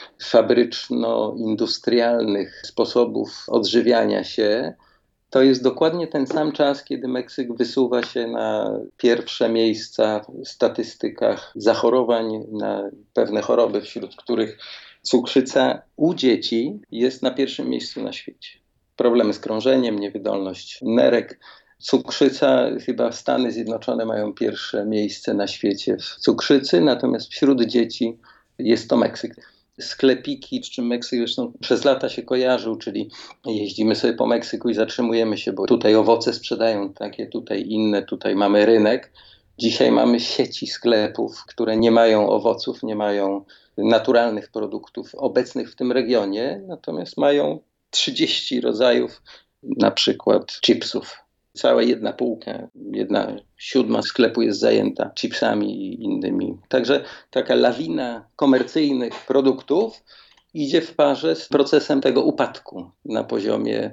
fabryczno-industrialnych sposobów odżywiania się, to jest dokładnie ten sam czas, kiedy Meksyk wysuwa się na pierwsze miejsca w statystykach zachorowań na pewne choroby, wśród których cukrzyca u dzieci jest na pierwszym miejscu na świecie. Problemy z krążeniem, niewydolność nerek. Cukrzyca, chyba Stany Zjednoczone mają pierwsze miejsce na świecie w cukrzycy, natomiast wśród dzieci jest to Meksyk. Sklepiki, z czym Meksyk zresztą przez lata się kojarzył, czyli jeździmy sobie po Meksyku i zatrzymujemy się, bo tutaj owoce sprzedają takie, tutaj inne, tutaj mamy rynek. Dzisiaj mamy sieci sklepów, które nie mają owoców, nie mają naturalnych produktów obecnych w tym regionie, natomiast mają trzydzieści rodzajów na przykład chipsów. Cała jedna półka, jedna siódma sklepu jest zajęta chipsami i innymi. Także taka lawina komercyjnych produktów idzie w parze z procesem tego upadku na poziomie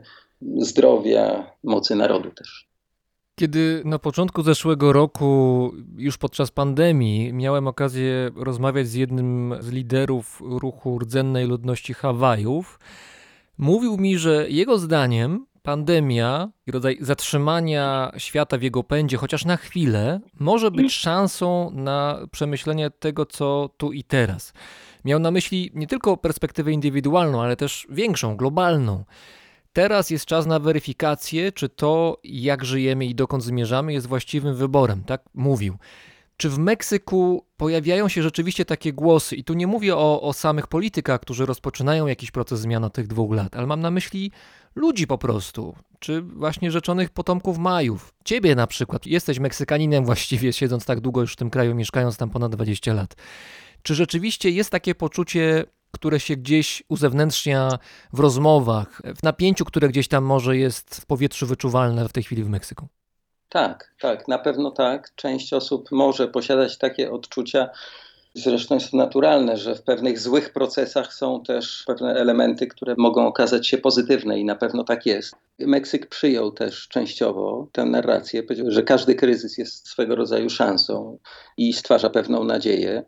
zdrowia, mocy narodu też. Kiedy na początku zeszłego roku, już podczas pandemii, miałem okazję rozmawiać z jednym z liderów ruchu rdzennej ludności Hawajów, mówił mi, że jego zdaniem pandemia i rodzaj zatrzymania świata w jego pędzie, chociaż na chwilę, może być szansą na przemyślenie tego, co tu i teraz. Miał na myśli nie tylko perspektywę indywidualną, ale też większą, globalną. Teraz jest czas na weryfikację, czy to, jak żyjemy i dokąd zmierzamy, jest właściwym wyborem, tak mówił. Czy w Meksyku pojawiają się rzeczywiście takie głosy? I tu nie mówię o, o samych politykach, którzy rozpoczynają jakiś proces zmian od tych dwóch lat, ale mam na myśli ludzi po prostu, czy właśnie rzeczonych potomków Majów. Ciebie na przykład, jesteś Meksykaninem właściwie, siedząc tak długo już w tym kraju, mieszkając tam ponad dwadzieścia lat. Czy rzeczywiście jest takie poczucie, które się gdzieś uzewnętrznia w rozmowach, w napięciu, które gdzieś tam może jest w powietrzu wyczuwalne w tej chwili w Meksyku? Tak, tak, na pewno tak. Część osób może posiadać takie odczucia. Zresztą jest to naturalne, że w pewnych złych procesach są też pewne elementy, które mogą okazać się pozytywne i na pewno tak jest. Meksyk przyjął też częściowo tę narrację, powiedział, że każdy kryzys jest swego rodzaju szansą i stwarza pewną nadzieję.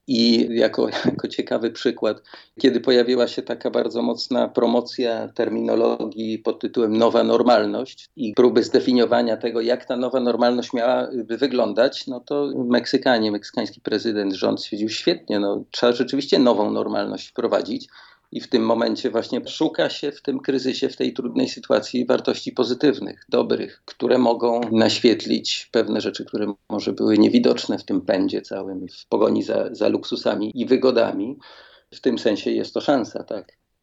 I jako, jako ciekawy przykład, kiedy pojawiła się taka bardzo mocna promocja terminologii pod tytułem nowa normalność i próby zdefiniowania tego, jak ta nowa normalność miałaby wyglądać, no to Meksykanie, meksykański prezydent, rząd stwierdził świetnie, no trzeba rzeczywiście nową normalność wprowadzić. I w tym momencie właśnie szuka się w tym kryzysie, w tej trudnej sytuacji wartości pozytywnych, dobrych, które mogą naświetlić pewne rzeczy, które może były niewidoczne w tym pędzie całym, w pogoni za, za luksusami i wygodami. W tym sensie jest to szansa, tak.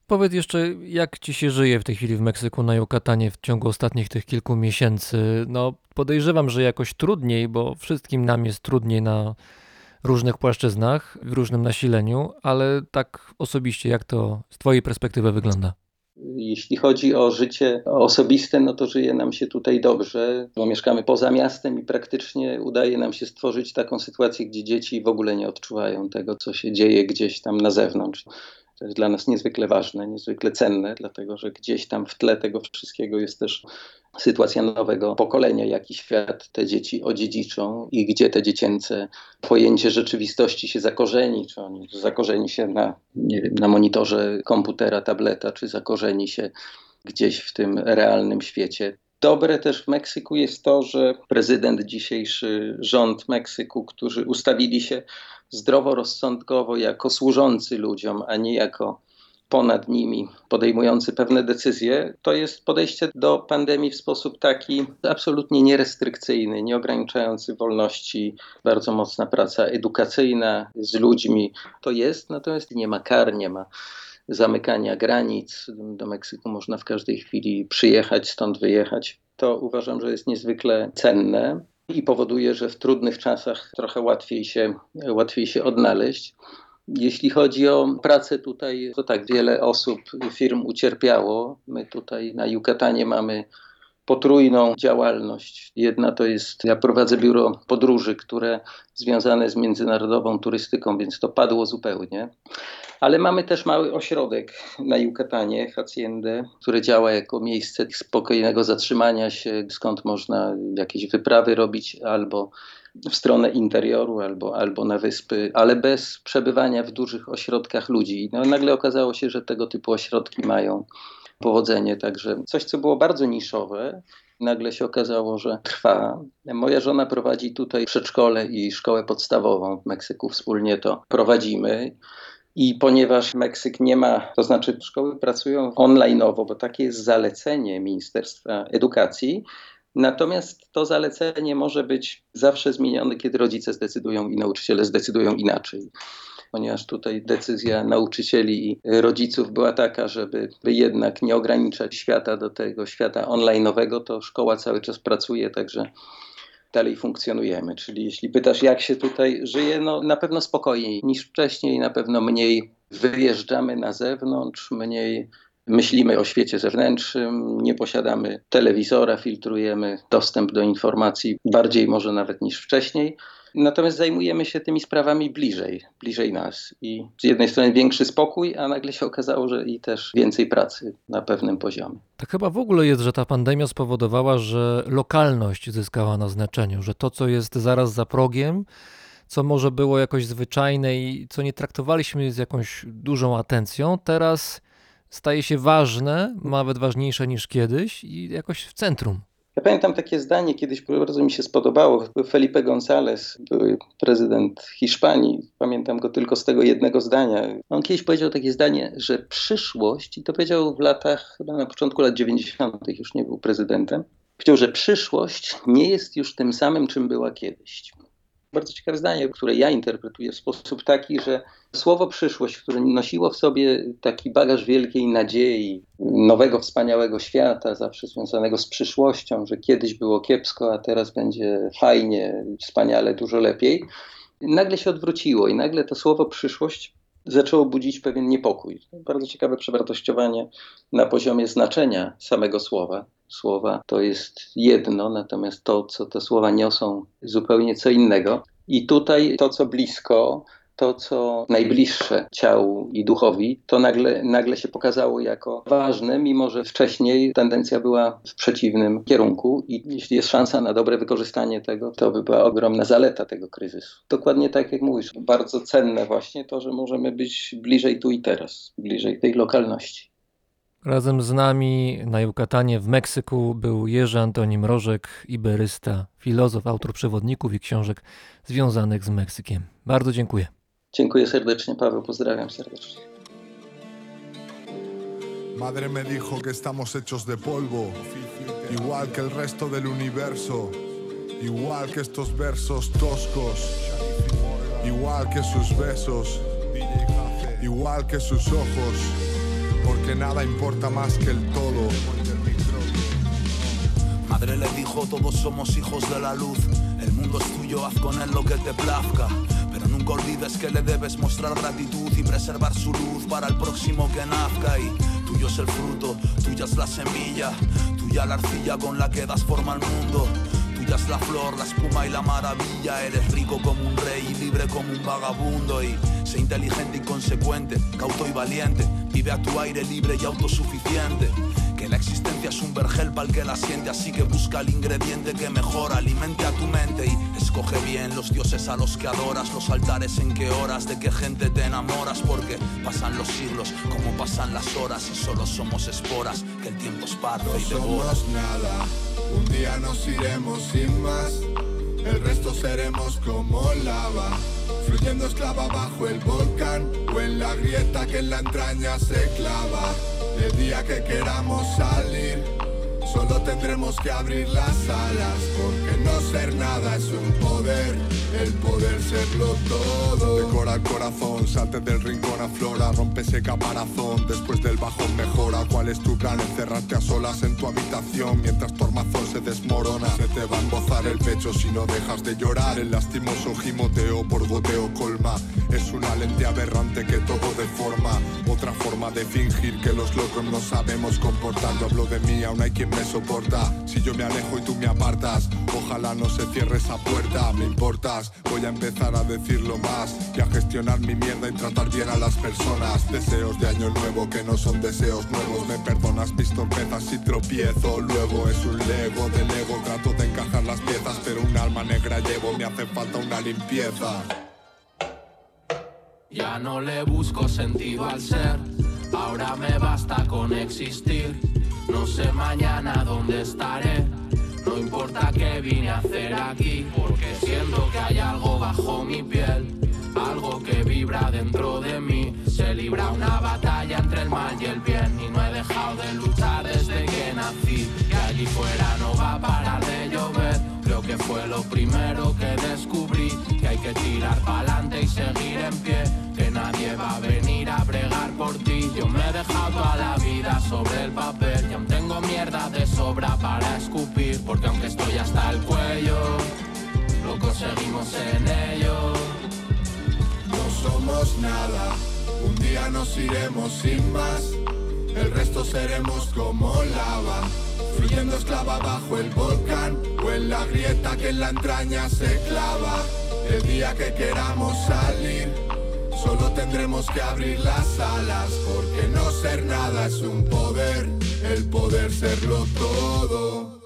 Powiedz jeszcze, jak ci się żyje w tej chwili w Meksyku na Yucatanie w ciągu ostatnich tych kilku miesięcy? No podejrzewam, że jakoś trudniej, bo wszystkim nam jest trudniej na różnych płaszczyznach, w różnym nasileniu, ale tak osobiście, jak to z twojej perspektywy wygląda? Jeśli chodzi o życie osobiste, no to żyje nam się tutaj dobrze, bo mieszkamy poza miastem i praktycznie udaje nam się stworzyć taką sytuację, gdzie dzieci w ogóle nie odczuwają tego, co się dzieje gdzieś tam na zewnątrz. To jest dla nas niezwykle ważne, niezwykle cenne, dlatego że gdzieś tam w tle tego wszystkiego jest też sytuacja nowego pokolenia, jaki świat te dzieci odziedziczą i gdzie te dziecięce pojęcie rzeczywistości się zakorzeni, czy oni zakorzeni się na, nie wiem, na monitorze komputera, tableta, czy zakorzeni się gdzieś w tym realnym świecie. Dobre też w Meksyku jest to, że prezydent, dzisiejszy rząd Meksyku, którzy ustawili się zdroworozsądkowo jako służący ludziom, a nie jako ponad nimi, podejmujący pewne decyzje, to jest podejście do pandemii w sposób taki absolutnie nierestrykcyjny, nie ograniczający wolności, bardzo mocna praca edukacyjna z ludźmi. To jest, natomiast nie ma kar, nie ma zamykania granic. Do Meksyku można w każdej chwili przyjechać, stąd wyjechać. To uważam, że jest niezwykle cenne i powoduje, że w trudnych czasach trochę łatwiej się, łatwiej się odnaleźć. Jeśli chodzi o pracę tutaj, to tak, wiele osób, firm ucierpiało. My tutaj na Yucatanie mamy potrójną działalność. Jedna to jest, ja prowadzę biuro podróży, które związane z międzynarodową turystyką, więc to padło zupełnie. Ale mamy też mały ośrodek na Yucatanie, Haciendę, które działa jako miejsce spokojnego zatrzymania się, skąd można jakieś wyprawy robić albo w stronę interioru, albo, albo na wyspy, ale bez przebywania w dużych ośrodkach ludzi. No, nagle okazało się, że tego typu ośrodki mają powodzenie, także coś, co było bardzo niszowe, nagle się okazało, że trwa. Moja żona prowadzi tutaj przedszkole i szkołę podstawową w Meksyku, wspólnie to prowadzimy. I ponieważ Meksyk nie ma, to znaczy szkoły pracują online'owo, bo takie jest zalecenie Ministerstwa Edukacji, natomiast to zalecenie może być zawsze zmienione, kiedy rodzice zdecydują i nauczyciele zdecydują inaczej. Ponieważ tutaj decyzja nauczycieli i rodziców była taka, żeby jednak nie ograniczać świata do tego świata online'owego, to szkoła cały czas pracuje, także dalej funkcjonujemy. Czyli jeśli pytasz, jak się tutaj żyje, no na pewno spokojniej niż wcześniej, na pewno mniej wyjeżdżamy na zewnątrz, mniej myślimy o świecie zewnętrznym, nie posiadamy telewizora, filtrujemy dostęp do informacji bardziej może nawet niż wcześniej. Natomiast zajmujemy się tymi sprawami bliżej, bliżej nas. I z jednej strony większy spokój, a nagle się okazało, że i też więcej pracy na pewnym poziomie. Tak chyba w ogóle jest, że ta pandemia spowodowała, że lokalność zyskała na znaczeniu, że to, co jest zaraz za progiem, co może było jakoś zwyczajne i co nie traktowaliśmy z jakąś dużą atencją, teraz staje się ważne, nawet ważniejsze niż kiedyś i jakoś w centrum. Ja pamiętam takie zdanie, kiedyś bardzo mi się spodobało. Felipe González, były prezydent Hiszpanii, pamiętam go tylko z tego jednego zdania. On kiedyś powiedział takie zdanie, że przyszłość, i to powiedział w latach, chyba na początku lat dziewięćdziesiątych, już nie był prezydentem, powiedział, że przyszłość nie jest już tym samym, czym była kiedyś. Bardzo ciekawe zdanie, które ja interpretuję w sposób taki, że słowo przyszłość, które nosiło w sobie taki bagaż wielkiej nadziei, nowego, wspaniałego świata, zawsze związanego z przyszłością, że kiedyś było kiepsko, a teraz będzie fajnie, wspaniale, dużo lepiej, nagle się odwróciło i nagle to słowo przyszłość zaczęło budzić pewien niepokój. Bardzo ciekawe przewartościowanie na poziomie znaczenia samego słowa. Słowa to jest jedno, natomiast to, co te słowa niosą, zupełnie co innego. I tutaj to, co blisko, to, co najbliższe ciału i duchowi, to nagle, nagle się pokazało jako ważne, mimo że wcześniej tendencja była w przeciwnym kierunku i jeśli jest szansa na dobre wykorzystanie tego, to by była ogromna zaleta tego kryzysu. Dokładnie tak jak mówisz, bardzo cenne właśnie to, że możemy być bliżej tu i teraz, bliżej tej lokalności. Razem z nami na Yucatanie w Meksyku był Jerzy Antoni Mrożek, iberysta, filozof, autor przewodników i książek związanych z Meksykiem. Bardzo dziękuję. Dziękuję serdecznie, Paweł, pozdrawiam serdecznie. Madre me dijo que estamos hechos de polvo, igual que el resto del universo, igual que estos versos toscos, igual que sus besos, igual que sus ojos. porque nada importa más que el todo. Madre le dijo, todos somos hijos de la luz. El mundo es tuyo, haz con él lo que te plazca. Pero nunca olvides que le debes mostrar gratitud y preservar su luz para el próximo que nazca. Y tuyo es el fruto, tuya es la semilla, tuya la arcilla con la que das forma al mundo. Tuya es la flor, la espuma y la maravilla. Eres rico como un rey y libre como un vagabundo. Y sé inteligente y consecuente, cauto y valiente. Vive a tu aire libre y autosuficiente. Que la existencia es un vergel para el que la siente. Así que busca el ingrediente que mejor alimente a tu mente. Y escoge bien los dioses a los que adoras, los altares en qué horas, de qué gente te enamoras. Porque pasan los siglos como pasan las horas y solo somos esporas que el tiempo esparce No y devora. somos nada, un día nos iremos sin más. El resto seremos como lava, fluyendo esclava bajo el volcán o en la grieta que en la entraña se clava. El día que queramos salir, solo tendremos que abrir las alas, porque no ser nada es un poder, el poder serlo todo. Decora el corazón, salte del rincón, aflora, rompe ese caparazón, después del bajón mejora. ¿Cuál es tu plan? Encerrarte a solas en tu habitación mientras tu armazón se desmorona. Se te va a embozar el pecho si no dejas de llorar. El lastimoso gimoteo por goteo colma. Es una lente aberrante que todo deforma. Otra forma de fingir que los locos no sabemos comportar. Yo hablo de mí, aún hay quien me soporta. Si yo me alejo y tú me apartas, ojalá no se cierre esa puerta. Me importas, voy a empezar a decirlo más y a gestionar mi mierda y tratar bien a las personas. Deseos de año nuevo que no son deseos nuevos. Me perdonas mis torpezas si tropiezo. Luego es un lego del ego. Trato de encajar las piezas, pero un alma negra llevo. Me hace falta una limpieza. Ya no le busco sentido al ser, ahora me basta con existir. No sé mañana dónde estaré, no importa qué vine a hacer aquí, porque siento que hay algo bajo mi piel, algo que vibra dentro de mí. Se libra una batalla entre el mal y el bien, y no he dejado de luchar desde que nací. Que allí fuera no va a parar de llover, creo que fue lo primero que descubrí. Que hay que tirar pa'lante y seguir en pie, que nadie va a venir a bregar por ti. Yo me he dejado toda la vida sobre el papel y aún tengo mierda de sobra para escupir, porque aunque estoy hasta el cuello, lo conseguimos en ello. No somos nada, un día nos iremos sin más. El resto seremos como lava, fluyendo esclava bajo el volcán o en la grieta que en la entraña se clava. El día que queramos salir, solo tendremos que abrir las alas, porque no ser nada es un poder, el poder serlo todo.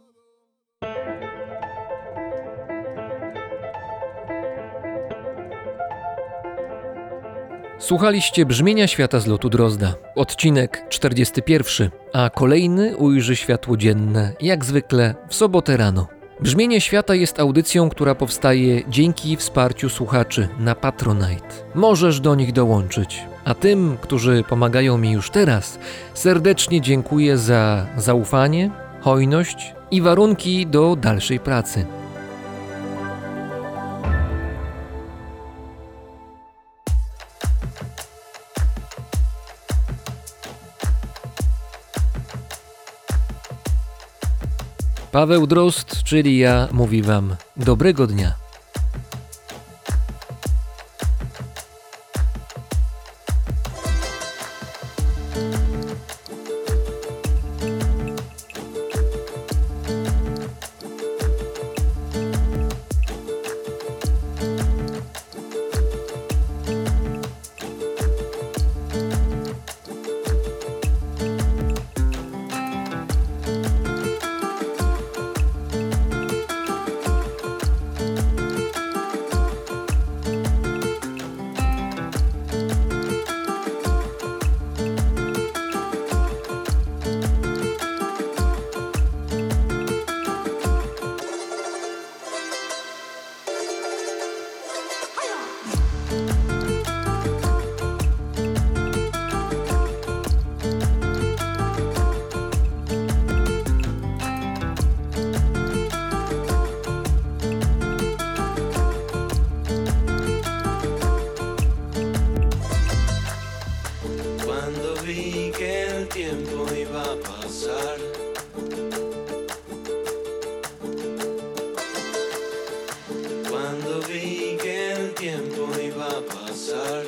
Słuchaliście Brzmienia Świata z lotu Drozda, odcinek czterdziesty pierwszy, a kolejny ujrzy światło dzienne, jak zwykle w sobotę rano. Brzmienie Świata jest audycją, która powstaje dzięki wsparciu słuchaczy na Patronite. Możesz do nich dołączyć. A tym, którzy pomagają mi już teraz, serdecznie dziękuję za zaufanie, hojność i warunki do dalszej pracy. Paweł Drozd, czyli ja, mówi wam dobrego dnia. a pasar. Cuando vi que el tiempo iba a pasar.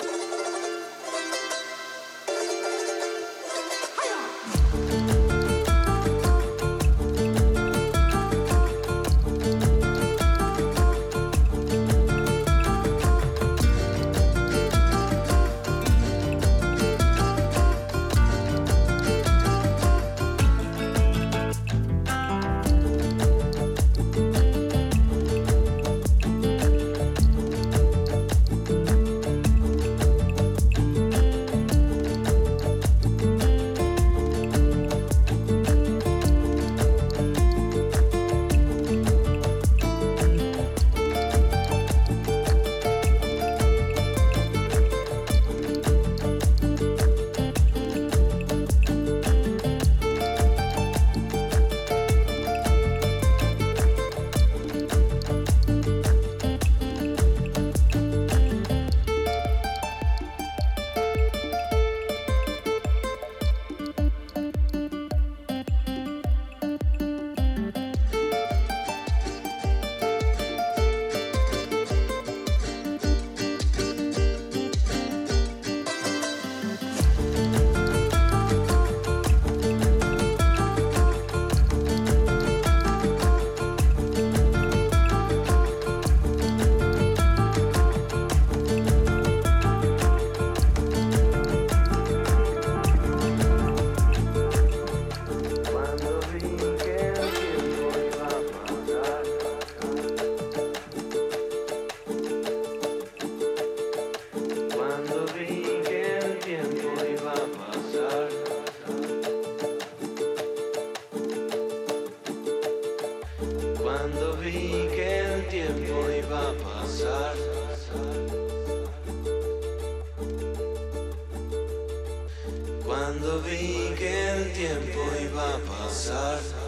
Cuando vi que el tiempo iba a pasar. Cuando vi que el tiempo iba a pasar.